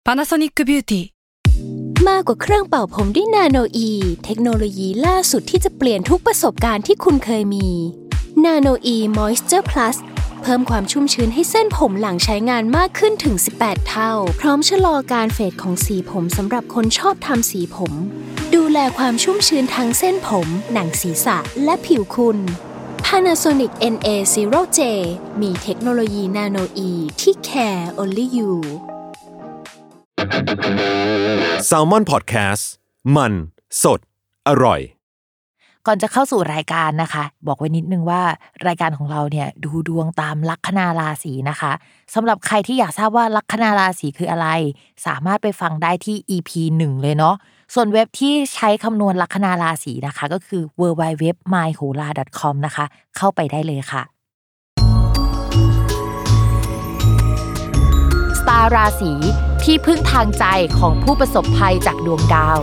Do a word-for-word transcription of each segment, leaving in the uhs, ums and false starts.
Panasonic Beauty มากกว่าเครื่องเป่าผมด้วยนาโนอีเทคโนโลยีล่าสุดที่จะเปลี่ยนทุกประสบการณ์ที่คุณเคยมีนาโนอีมอยส์เจอร์พลัสเพิ่มความชุ่มชื้นให้เส้นผมหลังใช้งานมากขึ้นถึงสิบแปดเท่าพร้อมชะลอการเฟดของสีผมสำหรับคนชอบทำสีผมดูแลความชุ่มชื้นทั้งเส้นผมหนังศีรษะและผิวคุณ Panasonic เอ็น เอ ศูนย์ เจ มีเทคโนโลยีนาโนอีที่ care only you Salmon Podcast มันสดอร่อยก่อนจะเข้าสู่รายการนะคะบอกไว้นิดนึงว่ารายการของเราเนี่ยดูดวงตามลัคนาราศีนะคะสำหรับใครที่อยากทราบว่าลัคนาราศีคืออะไรสามารถไปฟังได้ที่ อี พี หนึ่งเลยเนาะส่วนเว็บที่ใช้คำนวณลัคนาราศีนะคะก็คือ ดับเบิลยู ดับเบิลยู ดับเบิลยู ดอท มายโหรา ดอท คอม นะคะเข้าไปได้เลยค่ะสตาร์ราศีที่พึ่งทางใจของผู้ประสบภัยจากดวงดาว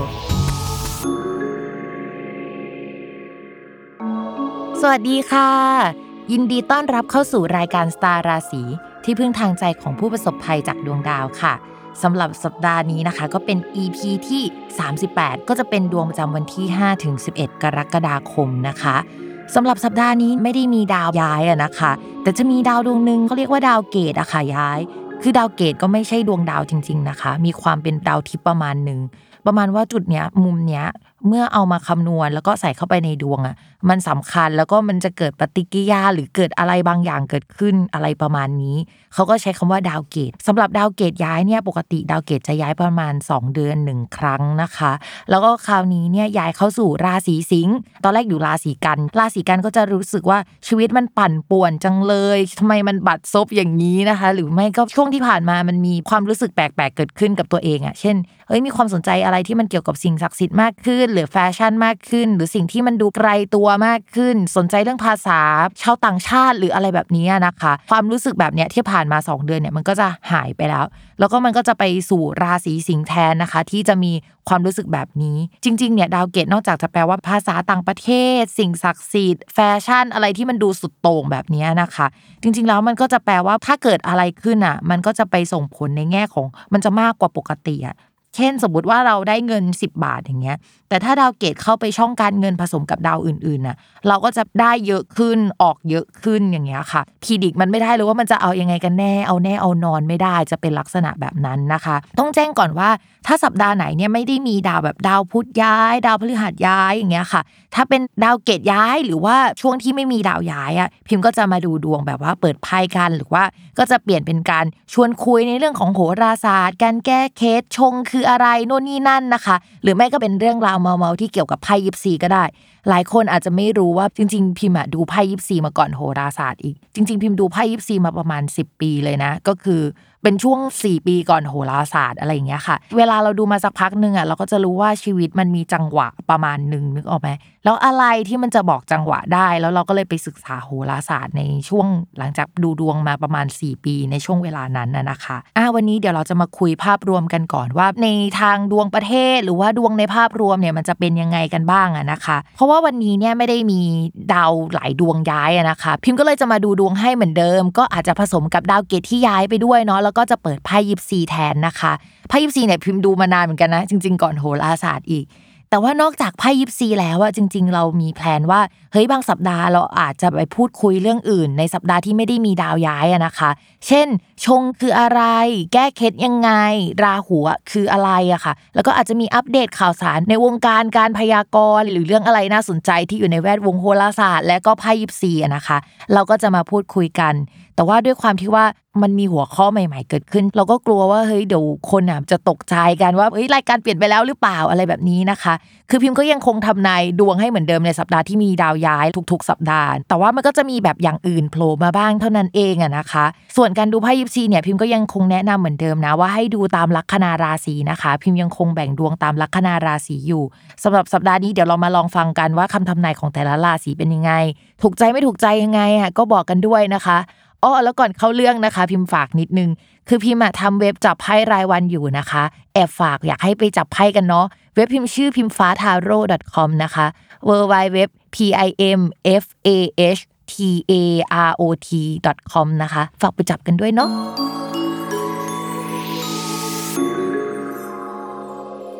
สวัสดีค่ะยินดีต้อนรับเข้าสู่รายการสตาร์ราศีที่พึ่งทางใจของผู้ประสบภัยจากดวงดาวค่ะสำหรับสัปดาห์นี้นะคะก็เป็น อี พี ที่สามสิบแปดก็จะเป็นดวงประจำวันที่ห้าถึงสิบเอ็ดกรกฎาคมนะคะสำหรับสัปดาห์นี้ไม่ได้มีดาวย้ายอะนะคะแต่จะมีดาวดวงนึงเขาเรียกว่าดาวเกตอะค่ะย้ายคือดาวเกตก็ไม่ใช่ดวงดาวจริงๆนะคะมีความเป็นดาวทิพย์ประมาณนึงประมาณว่าจุดเนี้ยมุมเนี้ยเมื่อเอามาคำนวณแล้วก็ใส่เข้าไปในดวงอ่ะมันสำคัญแล้วก็มันจะเกิดปฏิกิริยาหรือเกิดอะไรบางอย่างเกิดขึ้นอะไรประมาณนี้เขาก็ใช้คำว่าดาวเกตสำหรับดาวเกตย้ายเนี่ยปกติดาวเกตจะย้ายประมาณสองเดือนหนึ่งครั้งนะคะแล้วก็คราวนี้เนี่ยย้ายเข้าสู่ราศีสิงห์ตอนแรกอยู่ราศีกันราศีกันก็จะรู้สึกว่าชีวิตมันปั่นป่วนจังเลยทำไมมันบัดซบอย่างนี้นะคะหรือไม่ก็ช่วงที่ผ่านมามันมีความรู้สึกแปลกๆเกิดขึ้นกับตัวเองอ่ะเช่นเอ้ยมีความสนใจอะไรที่มันเกี่ยวกับสิ่งศักดิ์สิทธิ์มากขึ้นหรือแฟชั่นมากขึ้นหรือสิ่งที่มันดูไกลตัวมากขึ้นสนใจเรื่องภาษาชาวต่างชาติหรืออะไรแบบนี้นะคะความรู้สึกแบบเนี้ยที่ผ่านมาสองเดือนเนี่ยมันก็จะหายไปแล้วแล้วก็มันก็จะไปสู่ราศีสิงห์แทนนะคะที่จะมีความรู้สึกแบบนี้จริงๆเนี่ยดาวเกตนอกจากจะแปลว่าภาษาต่างประเทศสิ่งศักดิ์สิทธิ์แฟชั่นอะไรที่มันดูสุดโต่งแบบนี้นะคะจริงๆแล้วมันก็จะแปลว่าถ้าเกิดอะไรขึ้นอ่ะมันก็จะไปส่งผลในแง่ของมันจะมากกว่าปกติอ่ะเช่นสมมุติว่าเราได้เงินสิบบาทอย่างเงี้ยแต่ถ้าดาวเกตเข้าไปช่องการเงินผสมกับดาวอื่นๆน่ะเราก็จะได้เยอะขึ้นออกเยอะขึ้นอย่างเงี้ยค่ะพีดิกมันไม่ได้เลยว่ามันจะเอายังไงกันแน่เอาแน่เอานอนไม่ได้จะเป็นลักษณะแบบนั้นนะคะต้องแจ้งก่อนว่าถ้าสัปดาห์ไหนเนี่ยไม่ได้มีดาวแบบดาวพุธย้ายดาวพฤหัสย้ายอย่างเงี้ยค่ะถ้าเป็นดาวเกตย้ายหรือว่าช่วงที่ไม่มีดาวย้ายอ่ะพิมพ์ก็จะมาดูดวงแบบว่าเปิดไพ่กันหรือว่าก็จะเปลี่ยนเป็นการชวนคุยในเรื่องของโหราศาสตร์การแก้เคสชงคืออะไรโน่นนี่นั่นนะคะหรือไม่ก็เป็นเรื่องราวเมาๆที่เกี่ยวกับไพ่ยิปซีก็ได้หลายคนอาจจะไม่รู้ว่าจริงๆพิมพ์ดูไพ่ยิปซีมาก่อนโหราศาสตร์อีกจริงๆพิมพ์ดูไพ่ยิปซีมาประมาณสิบปีเลยนะก็คือเป็นช่วงสี่ปีก่อนโหราศาสตร์อะไรอย่างเงี้ยค่ะเวลาเราดูมาสักพักนึงอ่ะเราก็จะรู้ว่าชีวิตมันมีจังหวะประมาณนึงนึกออกมั้ยแล้วอะไรที่มันจะบอกจังหวะได้แล้วเราก็เลยไปศึกษาโหราศาสตร์ในช่วงหลังจากดูดวงมาประมาณสี่ปีในช่วงเวลานั้นน่ะนะคะอ่ะวันนี้เดี๋ยวเราจะมาคุยภาพรวมกันก่อนว่าในทางดวงประเทศหรือว่าดวงในภาพรวมเนี่ยมันจะเป็นยังไงกันบ้างอ่ะนะคะเพราะว่าวันนี้เนี่ยไม่ได้มีดาวหลายดวงย้ายอ่ะนะคะพิมพ์ก็เลยจะมาดูดวงให้เหมือนเดิมก็อาจจะผสมกับดาวเกตที่ย้ายไปด้วยเนาะแล้วก็จะเปิดไพ่ยิปซีแทนนะคะไพ่ยิปซีเนี่ยพิมพ์ดูมานานเหมือนกันนะจริงๆก่อนโหราศาสตร์อีกแต่ว่านอกจากไพ่ยิปซีแล้วอะจริงๆเรามีแพลนว่าเฮ้ยบางสัปดาห์เราอาจจะไปพูดคุยเรื่องอื่นในสัปดาห์ที่ไม่ได้มีดาวย้ายอะนะคะเช่นชงคืออะไรแก้เคล็ดยังไงราหูคืออะไรอะค่ะแล้วก็อาจจะมีอัปเดตข่าวสารในวงการการพยากรณ์หรือเรื่องอะไรน่าสนใจที่อยู่ในแวดวงโหราศาสตร์และก็ไพ่ยิปซีอะนะคะเราก็จะมาพูดคุยกันแต่ว่าด้วยความที่ว่ามันมีหัวข้อใหม่ๆเกิดขึ้นเราก็กลัวว่าเฮ้ยเดี๋ยวคนน่ะจะตกใจกันว่าเฮ้ยรายการเปลี่ยนไปแล้วหรือเปล่าอะไรแบบนี้นะคะคือพิมพ์ก็ยังคงทำนายดวงให้เหมือนเดิมในสัปดาห์ที่มีดาวย้ายทุกๆสัปดาห์แต่ว่ามันก็จะมีแบบอย่างอื่นโผล่มาบ้างเท่านั้นเองอะนะคะส่วนการดูไพ่ยิปซีเนี่ยพิมพ์ก็ยังคงแนะนำเหมือนเดิมนะว่าให้ดูตามลัคนาราศีนะคะพิมพ์ยังคงแบ่งดวงตามลัคนาราศีอยู่สำหรับสัปดาห์นี้เดี๋ยวเรามาลองฟังกันว่าคำทำนายของแต่ละราศีเป็นยังไงถูกใจไม่ถูกใจยังไงอะก็บอกกันด้วยนะคะอ้อแล้วก่อนเข้าเรื่องนะคะพิมพ์ฝากนิดนึงคือพิมพ์ทำเว็บจับไพ่รายวันอยู่นะคะแอบฝากอยากให้ไปจับไพ่กันเนาะเว็บพิมพ์ชื่อพิมฟ้าทาโร่ ดอท คอม นะคะ ดับเบิลยู ดับเบิลยู ดับเบิลยู ดอท พิมฟ้า ทาโร ดอท คอม นะคะฝากไปจับกันด้วยเนาะ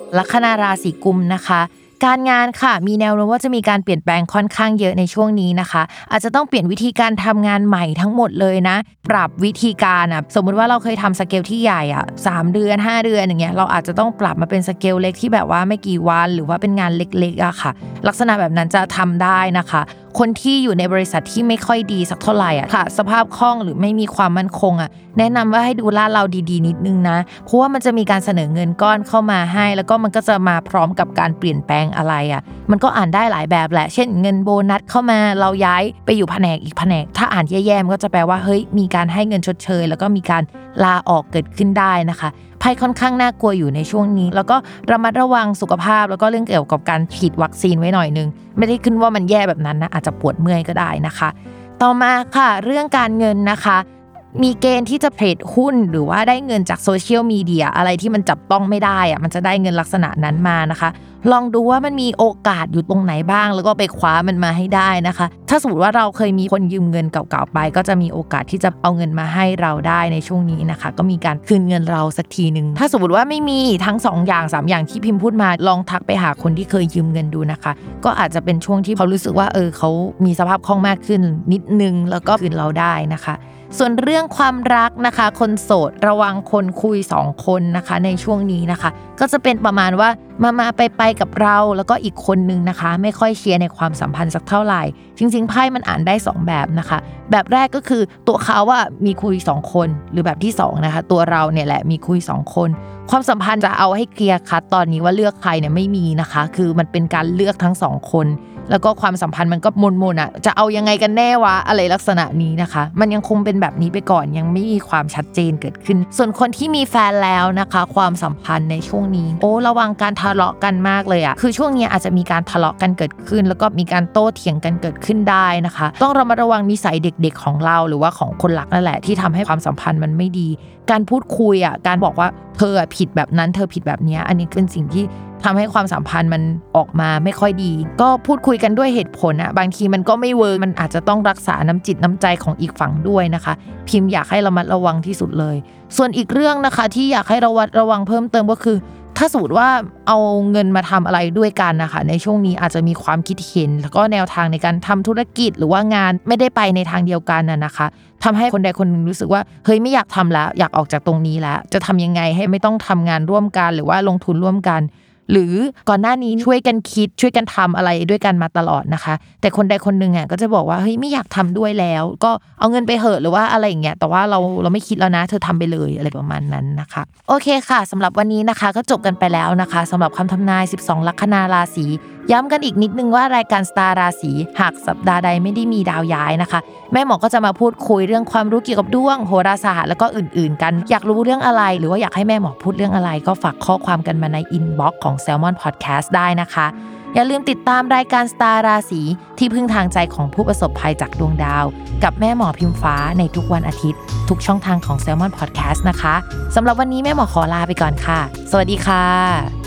ลัคนาราศีกุมนะคะการงานค่ะมีแนวโน้มว่าจะมีการเปลี่ยนแปลงค่อนข้างเยอะในช่วงนี้นะคะอาจจะต้องเปลี่ยนวิธีการทำงานใหม่ทั้งหมดเลยนะปรับวิธีการอ่ะสมมุติว่าเราเคยทำสเกลที่ใหญ่อ่ะสามเดือนห้าเดือนอย่างเงี้ยเราอาจจะต้องปรับมาเป็นสเกลเล็กที่แบบว่าไม่กี่วันหรือว่าเป็นงานเล็กๆอะค่ะลักษณะแบบนั้นจะทำได้นะคะคนที่อยู่ในบริษัทที่ไม่ค่อยดีสักเท่าไหร่อ่ะค่ะสภาพคล่องหรือไม่มีความมั่นคงอ่ะแนะนำว่าให้ดูลาดเราดีๆนิดนึงนะเพราะว่ามันจะมีการเสนอเงินก้อนเข้ามาให้แล้วก็มันก็จะมาพร้อมกับการเปลี่ยนแปลงอะไรอ่ะมันก็อ่านได้หลายแบบแหละเช่นเงินโบนัสเข้ามาเราย้ายไปอยู่แผนกอีกแผนกถ้าอ่านแย่ๆมันก็จะแปลว่าเฮ้ยมีการให้เงินชดเชยแล้วก็มีการลาออกเกิดขึ้นได้นะคะไพ่ค่อนข้างน่ากลัวอยู่ในช่วงนี้แล้วก็ระมัดระวังสุขภาพแล้วก็เรื่องเกี่ยวกับการฉีดวัคซีนไว้หน่อยนึงไม่ได้ขึ้นว่ามันแย่แบบนั้นนะอาจจะปวดเมื่อยก็ได้นะคะต่อมาค่ะเรื่องการเงินนะคะมีเกณฑ์ที่จะเทรดหุ้นหรือว่าได้เงินจากโซเชียลมีเดียอะไรที่มันจับต้องไม่ได้อะมันจะได้เงินลักษณะนั้นมานะคะลองดูว่ามันมีโอกาสอยู่ตรงไหนบ้างแล้วก็ไปคว้ามันมาให้ได้นะคะถ้าสมมติว่าเราเคยมีคนยืมเงินเก่าๆไปก็จะมีโอกาสที่จะเอาเงินมาให้เราได้ในช่วงนี้นะคะก็มีการคืนเงินเราสักทีนึงถ้าสมมติว่าไม่มีทั้งสองอย่างสามอย่างที่พิมพ์พูดมาลองทักไปหาคนที่เคยยืมเงินดูนะคะก็อาจจะเป็นช่วงที่เขารู้สึกว่าเออเขามีสภาพคล่องมากขึ้นนิดนึงแล้วก็คืนเราได้นะคะส่วนเรื่องความรักนะคะคนโสดระวังคนคุยสองคนนะคะในช่วงนี้นะคะก็จะเป็นประมาณว่ามามาไปไปกับเราแล้วก็อีกคนนึงนะคะไม่ค่อยเชียร์ในความสัมพันธ์สักเท่าไหร่จริงๆไพ่มันอ่านได้สองแบบนะคะแบบแรกก็คือตัวเขาว่ามีคุยสองคนหรือแบบที่สองนะคะตัวเราเนี่ยแหละมีคุยสองคนความสัมพันธ์จะเอาให้เคลียร์คัดตอนนี้ว่าเลือกใครเนี่ยไม่มีนะคะคือมันเป็นการเลือกทั้งสองคนแล้วก็ความสัมพันธ์มันก็มนๆอ่ะจะเอายังไงกันแน่วะอะไรลักษณะนี้นะคะมันยังคงเป็นแบบนี้ไปก่อนยังไม่มีความชัดเจนเกิดขึ้นส่วนคนที่มีแฟนแล้วนะคะความสัมพันธ์ในช่วงนี้โอ้ระวังการทะเลาะกันมากเลยอ่ะคือช่วงนี้อาจจะมีการทะเลาะกันเกิดขึ้นแล้วก็มีการโต้เถียงกันเกิดขึ้นได้นะคะต้องระมัดระวังนิสัยเด็กๆของเราหรือว่าของคนรักนั่นแหละที่ทำให้ความสัมพันธ์มันไม่ดีการพูดคุยอ่ะการบอกว่าเธอผิดแบบนั้นเธอผิดแบบนี้อันนี้เป็นสิ่งที่ทำให้ความสัมพันธ์มันออกมาไม่ค่อยดีก็พูดคุยกันด้วยเหตุผลอ่ะบางทีมันก็ไม่เวิร์กมันอาจจะต้องรักษาน้ำจิตน้ำใจของอีกฝั่งด้วยนะคะพิมพ์อยากให้ระมัดระวังที่สุดเลยส่วนอีกเรื่องนะคะที่อยากให้ระวัดระวังเพิ่มเติมก็คือถ้าสมมติว่าเอาเงินมาทำอะไรด้วยกันนะคะในช่วงนี้อาจจะมีความคิดเห็นแล้วก็แนวทางในการทำธุรกิจหรือว่างานไม่ได้ไปในทางเดียวกันน่ะนะคะทำให้คนใดคนหนึ่งรู้สึกว่าเฮ้ยไม่อยากทำแล้วอยากออกจากตรงนี้แล้วจะทำยังไงให้ไม่ต้องทำงานร่วมกันหรือว่าลงทุนร่วมกันหรือก่อนหน้านี้ช่วยกันคิดช่วยกันทำอะไรด้วยกันมาตลอดนะคะแต่คนใดคนหนึ่งอ่ะก็จะบอกว่าเฮ้ยไม่อยากทำด้วยแล้วก็เอาเงินไปเหอะหรือว่าอะไรอย่างเงี้ยแต่ว่าเราเราไม่คิดแล้วนะเธอทำไปเลยอะไรประมาณนั้นนะคะโอเคค่ะสำหรับวันนี้นะคะก็จบกันไปแล้วนะคะสำหรับคำทำนายสิบสองลัคนาราศีย้ำกันอีกนิดนึงว่ารายการสตาร์ราศีหากสัปดาห์ใดไม่ได้มีดาวย้ายนะคะแม่หมอก็จะมาพูดคุยเรื่องความรู้เกี่ยวกับดวงโหราศาสตร์แล้วก็อื่นๆกันอยากรู้เรื่องอะไรหรือว่าอยากให้แม่หมอพูดเรื่องอะไรก็ฝากข้อความกันมาในอินบ็อกซ์ของ Salmon Podcast ได้นะคะอย่าลืมติดตามรายการสตาร์ราศีที่พึ่งทางใจของผู้ประสบภัยจากดวงดาวกับแม่หมอพิมฟ้าในทุกวันอาทิตย์ทุกช่องทางของ Salmon Podcast นะคะสำหรับวันนี้แม่หมอขอลาไปก่อนค่ะสวัสดีค่ะ